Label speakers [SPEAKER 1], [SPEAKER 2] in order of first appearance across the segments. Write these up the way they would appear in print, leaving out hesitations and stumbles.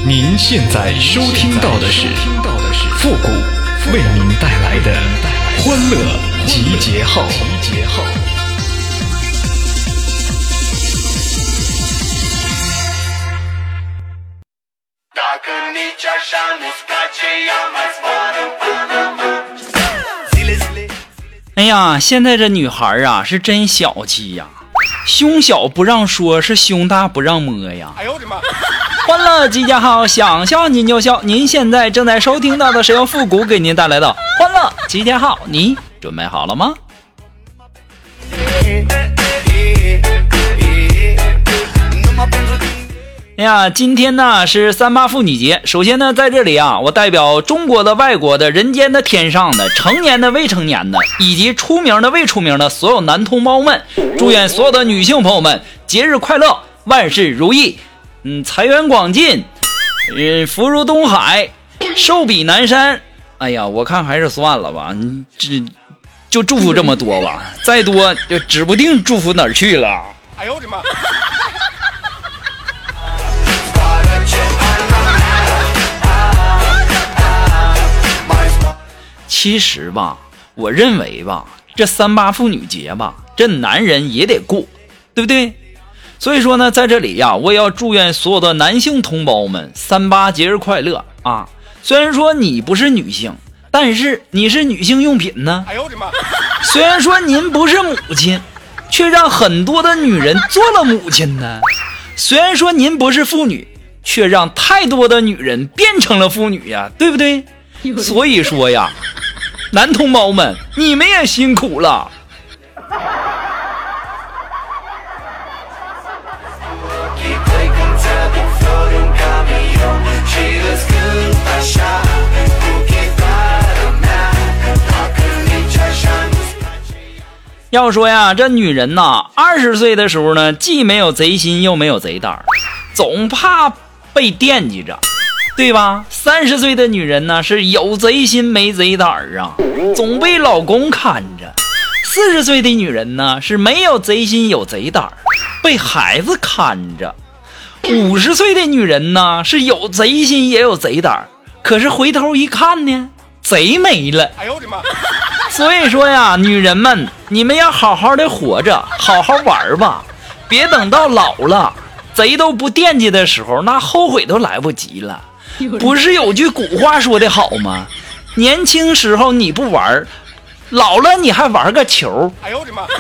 [SPEAKER 1] 您现在收听到的是复古为您带来的欢乐集结号。
[SPEAKER 2] 哎呀，现在这女孩啊是真小气呀，胸小不让说，是胸大不让摸呀。哎呦我的妈！欢乐集结号，想笑您就笑。您现在正在收听到的是由复古给您带来的欢乐集结号，你准备好了吗？哎呀，今天呢是3·8妇女节。首先呢，在这里啊，我代表中国的、外国的、人间的、天上的、成年的、未成年的，以及出名的、未出名的所有男同胞们，祝愿所有的女性朋友们节日快乐，万事如意，财源广进，福如东海，寿比南山。哎呀，我看还是算了吧，就祝福这么多吧，再多就指不定祝福哪儿去了。哎呦我的妈！其实吧，我认为吧，这3·8妇女节吧，这男人也得过，对不对？所以说呢，在这里呀，我也要祝愿所有的男性同胞们3·8节日快乐啊！虽然说你不是女性，但是你是女性用品呢。哎呦我的妈！虽然说您不是母亲，却让很多的女人做了母亲呢。虽然说您不是妇女，却让太多的女人变成了妇女呀，对不对？所以说呀，男同胞们，你们也辛苦了。要说呀，这女人呐，20岁的时候呢，既没有贼心又没有贼胆，总怕被惦记着，对吧？30岁的女人呢，是有贼心没贼胆啊，总被老公看着。40岁的女人呢，是没有贼心有贼胆，被孩子看着。50岁的女人呢，是有贼心也有贼胆，可是回头一看呢，贼没了。哎呦我的妈！所以说呀，女人们，你们要好好的活着，好好玩吧，别等到老了，贼都不惦记的时候，那后悔都来不及了。不是有句古话说的好吗？年轻时候你不玩，老了你还玩个球。哎呦我的妈！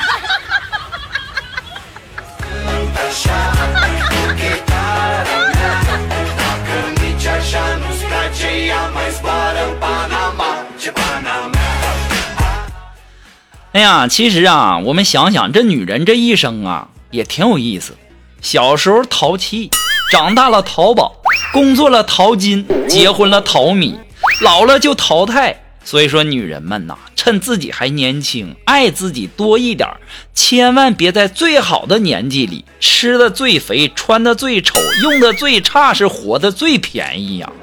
[SPEAKER 2] 哎呀，其实啊，我们想想，这女人这一生啊，也挺有意思。小时候淘气，长大了淘宝，工作了淘金，结婚了淘米，老了就淘汰。所以说，女人们呐，趁自己还年轻，爱自己多一点，千万别在最好的年纪里吃的最肥，穿的最丑，用的最差，是活的最便宜呀。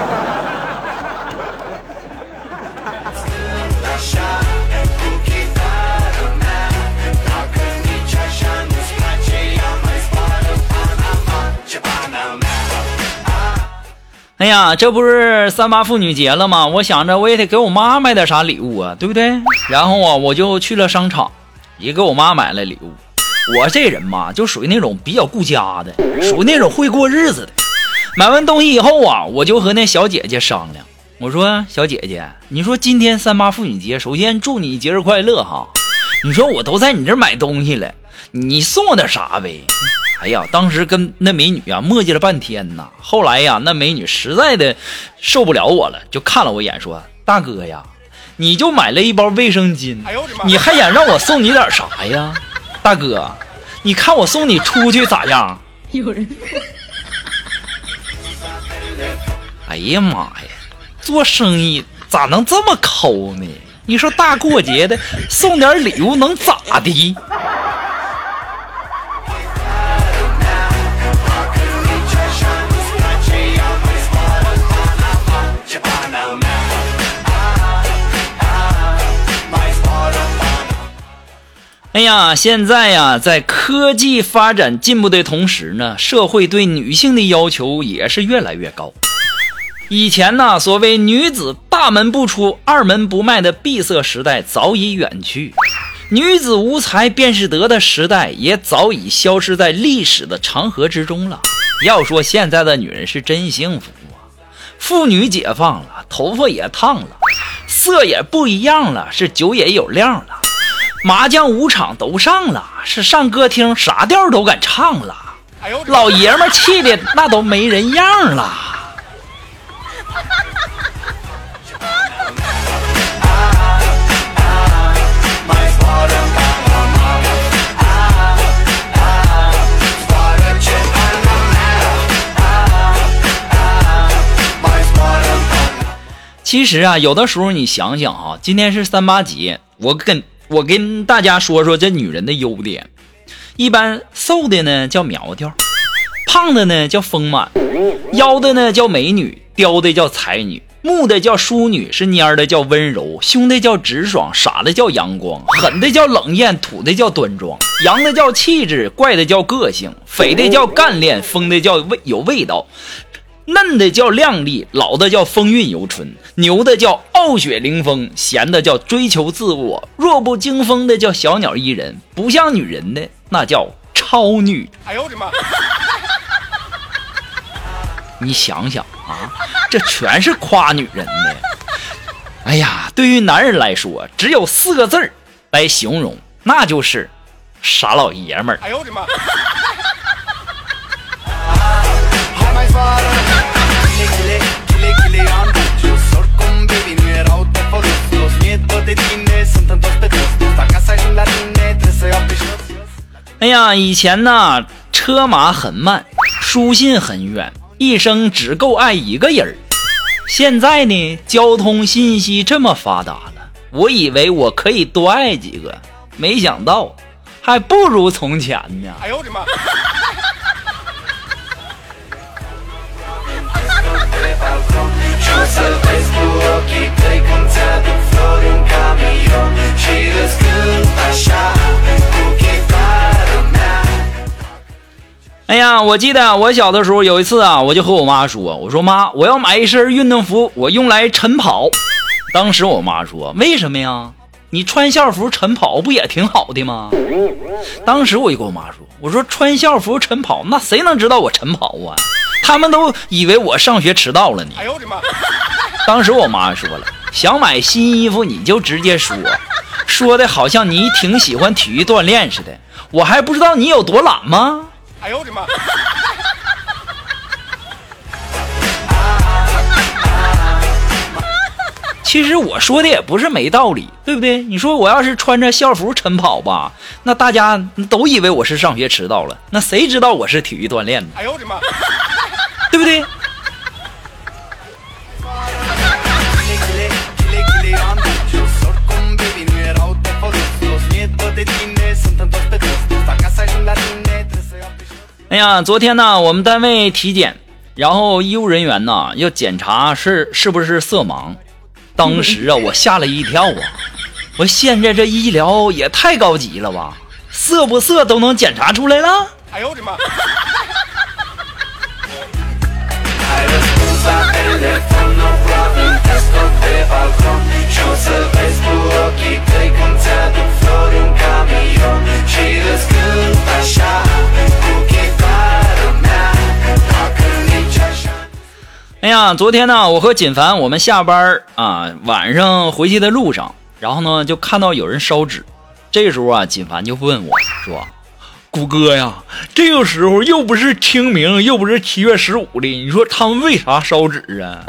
[SPEAKER 2] 哎呀，这不是3·8妇女节了吗？我想着我也得给我妈买点啥礼物啊，对不对？然后啊，我就去了商场，也给我妈买了礼物。我这人嘛，就属于那种比较顾家的，属于那种会过日子的。买完东西以后啊，我就和那小姐姐商量，我说小姐姐，你说今天3·8妇女节，首先祝你节日快乐哈。你说我都在你这儿买东西了，你送我点啥呗？哎呀，当时跟那美女啊磨叽了半天呐。后来呀，那美女实在的受不了我了，就看了我一眼说：“大哥呀，你就买了一包卫生巾，你还想让我送你点啥呀？大哥，你看我送你出去咋样？”有人。哎呀妈呀，做生意咋能这么抠呢？你说大过节的送点礼物能咋的？ 哎呀，现在呀，在科技发展进步的同时呢，社会对女性的要求也是越来越高。以前呢，所谓女子大门不出二门不迈的闭塞时代早已远去，女子无才便是德的时代也早已消失在历史的长河之中了。要说现在的女人是真幸福啊，妇女解放了，头发也烫了，色也不一样了，是酒也有量了，麻将舞场都上了，是上歌厅啥调都敢唱了，老爷们气的那都没人样了。其实啊，有的时候你想想啊，今天是3·8节，我跟大家说说这女人的优点。一般瘦的呢叫苗条，胖的呢叫丰满，妖的呢叫美女，刁的叫才女，木的叫淑女，是蔫的叫温柔，凶的叫直爽，傻的叫阳光，狠的叫冷艳，土的叫端庄，洋的叫气质，怪的叫个性，肥的叫干练，疯的叫有味道，嫩的叫靓丽，老的叫风韵犹存，牛的叫傲雪凌风，闲的叫追求自我，弱不禁风的叫小鸟依人，不像女人的那叫超女。哎呦我的妈！你想想啊，这全是夸女人的。哎呀，对于男人来说，只有4个字来形容，那就是傻老爷们儿。哎呦我的妈！哎呀，以前呢，车马很慢，书信很远，一生只够爱一个人。现在呢，交通信息这么发达了，我以为我可以多爱几个，没想到还不如从前呢。哎呦我的妈！哎呀，我记得我小的时候有一次啊，我就和我妈说，我说妈，我要买一身运动服，我用来晨跑。当时我妈说，为什么呀？你穿校服晨跑不也挺好的吗？当时我就跟我妈说，我说穿校服晨跑，那谁能知道我晨跑啊？他们都以为我上学迟到了呢。哎呦我的妈！当时我妈说了，想买新衣服你就直接说的好像你挺喜欢体育锻炼似的，我还不知道你有多懒吗？哎呦我的妈！其实我说的也不是没道理，对不对？你说我要是穿着校服晨跑吧，那大家都以为我是上学迟到了，那谁知道我是体育锻炼呢？哎呦我的妈！对不对？哎呀，昨天呢，我们单位体检，然后医务人员呢要检查是不是色盲。当时啊，我吓了一跳啊！我现在这医疗也太高级了吧，色不色都能检查出来了。哎呦我的妈！哎呀，昨天呢，我和锦凡我们下班啊，晚上回去的路上，然后呢就看到有人烧纸。这时候啊，锦凡就问我说：“谷歌呀，这个时候又不是清明，又不是7月15的，你说他们为啥烧纸啊？”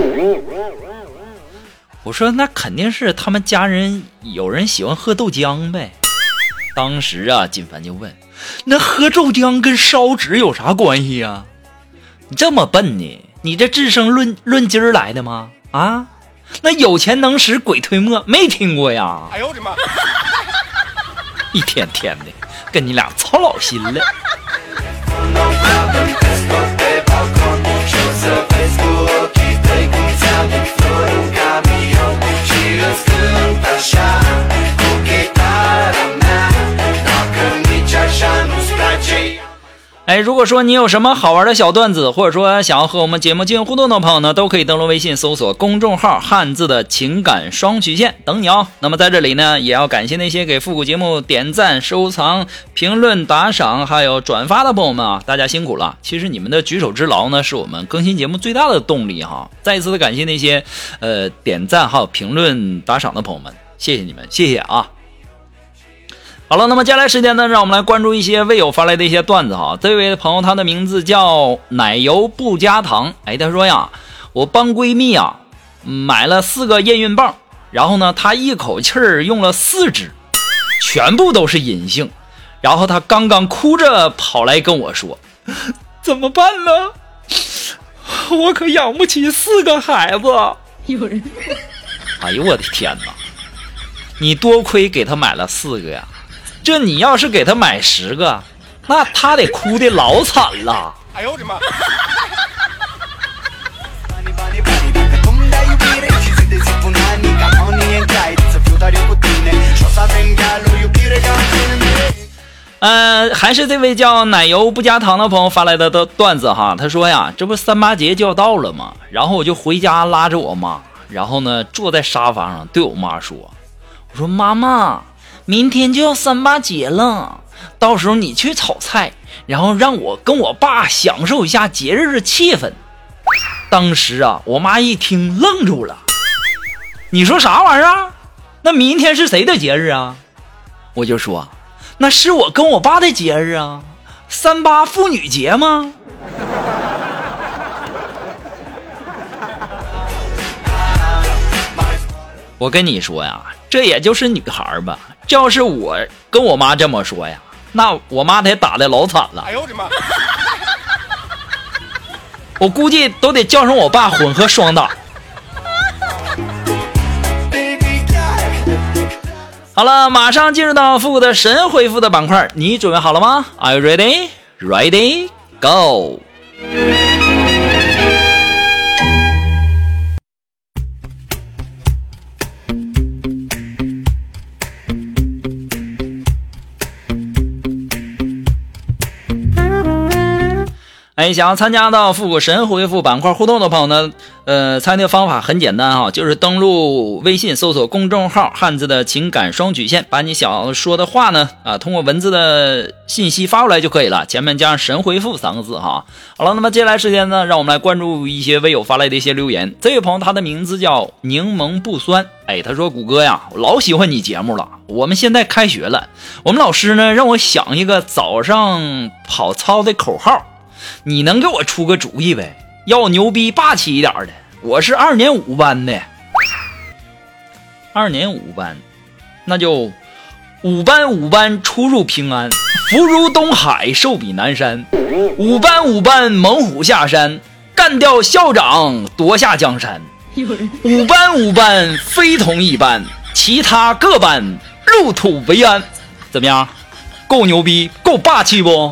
[SPEAKER 2] 我说：“那肯定是他们家人有人喜欢喝豆浆呗。”当时啊，锦凡就问：“那喝豆浆跟烧纸有啥关系呀？”你这么笨呢？你这智商论斤儿来的吗？啊，那有钱能使鬼推磨，没听过呀？哎呦我的妈！一天天的跟你俩操老心了。 如果说你有什么好玩的小段子，或者说想要和我们节目进行互动的朋友呢，都可以登录微信搜索公众号汉字的情感双曲线等你哦。那么在这里呢，也要感谢那些给复古节目点赞、收藏、评论、打赏还有转发的朋友们啊，大家辛苦了。其实你们的举手之劳呢，是我们更新节目最大的动力哈。再一次的感谢那些点赞还有评论打赏的朋友们，谢谢你们，谢谢啊。好了，那么接下来时间呢，让我们来关注一些微友发来的一些段子哈。这位朋友他的名字叫奶油不加糖，他说呀，我帮闺蜜啊买了4个验孕棒，然后呢她一口气儿用了4支，全部都是阴性，然后她刚刚哭着跑来跟我说，怎么办呢？我可养不起4个孩子。有人，哎呦我的天哪！你多亏给她买了4个呀。这你要是给他买10个，那他得哭的老惨了。哎呦我的妈！还是这位叫奶油不加糖的朋友发来的段子哈。他说呀，这不3·8节就要到了吗？然后我就回家拉着我妈，然后呢坐在沙发上对我妈说，我说妈妈，明天就要3·8节了，到时候你去炒菜，然后让我跟我爸享受一下节日的气氛。当时啊，我妈一听愣住了，你说啥玩意儿？那明天是谁的节日啊？我就说，那是我跟我爸的节日啊，3·8妇女节吗？我跟你说呀，这也就是女孩吧。这要是我跟我妈这么说呀，那我妈得打的老惨了。哎呦我的妈！我估计都得叫上我爸混合双打。好了，马上进入到复古的神回复的板块，你准备好了吗？ Are you ready? Ready? Go!想要参加到复古神回复板块互动的朋友呢，参与的方法很简单哈，就是登录微信搜索公众号汉字的情感双曲线，把你想说的话呢通过文字的信息发过来就可以了，前面加上神回复3个字哈。好了，那么接下来时间呢，让我们来关注一些微友发来的一些留言。这位朋友他的名字叫柠檬不酸，他说谷歌呀，我老喜欢你节目了，我们现在开学了，我们老师呢让我想一个早上跑操的口号，你能给我出个主意呗？要牛逼霸气一点的。我是2年5班的，2年5班，那就5班出入平安，福如东海，寿比南山。5班猛虎下山，干掉校长，夺下江山。5班非同一般，其他各班入土为安。怎么样？够牛逼，够霸气不？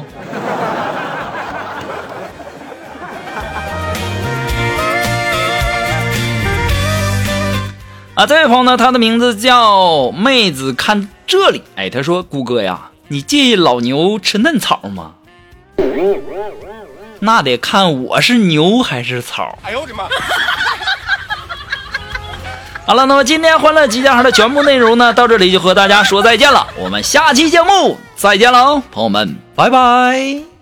[SPEAKER 2] 这位朋友呢，他的名字叫妹子看这里，他说谷歌呀，你介意老牛吃嫩草吗？那得看我是牛还是草。哎呦我的妈！好了，那么今天欢乐集结号的全部内容呢，到这里就和大家说再见了，我们下期节目再见了，朋友们，拜拜。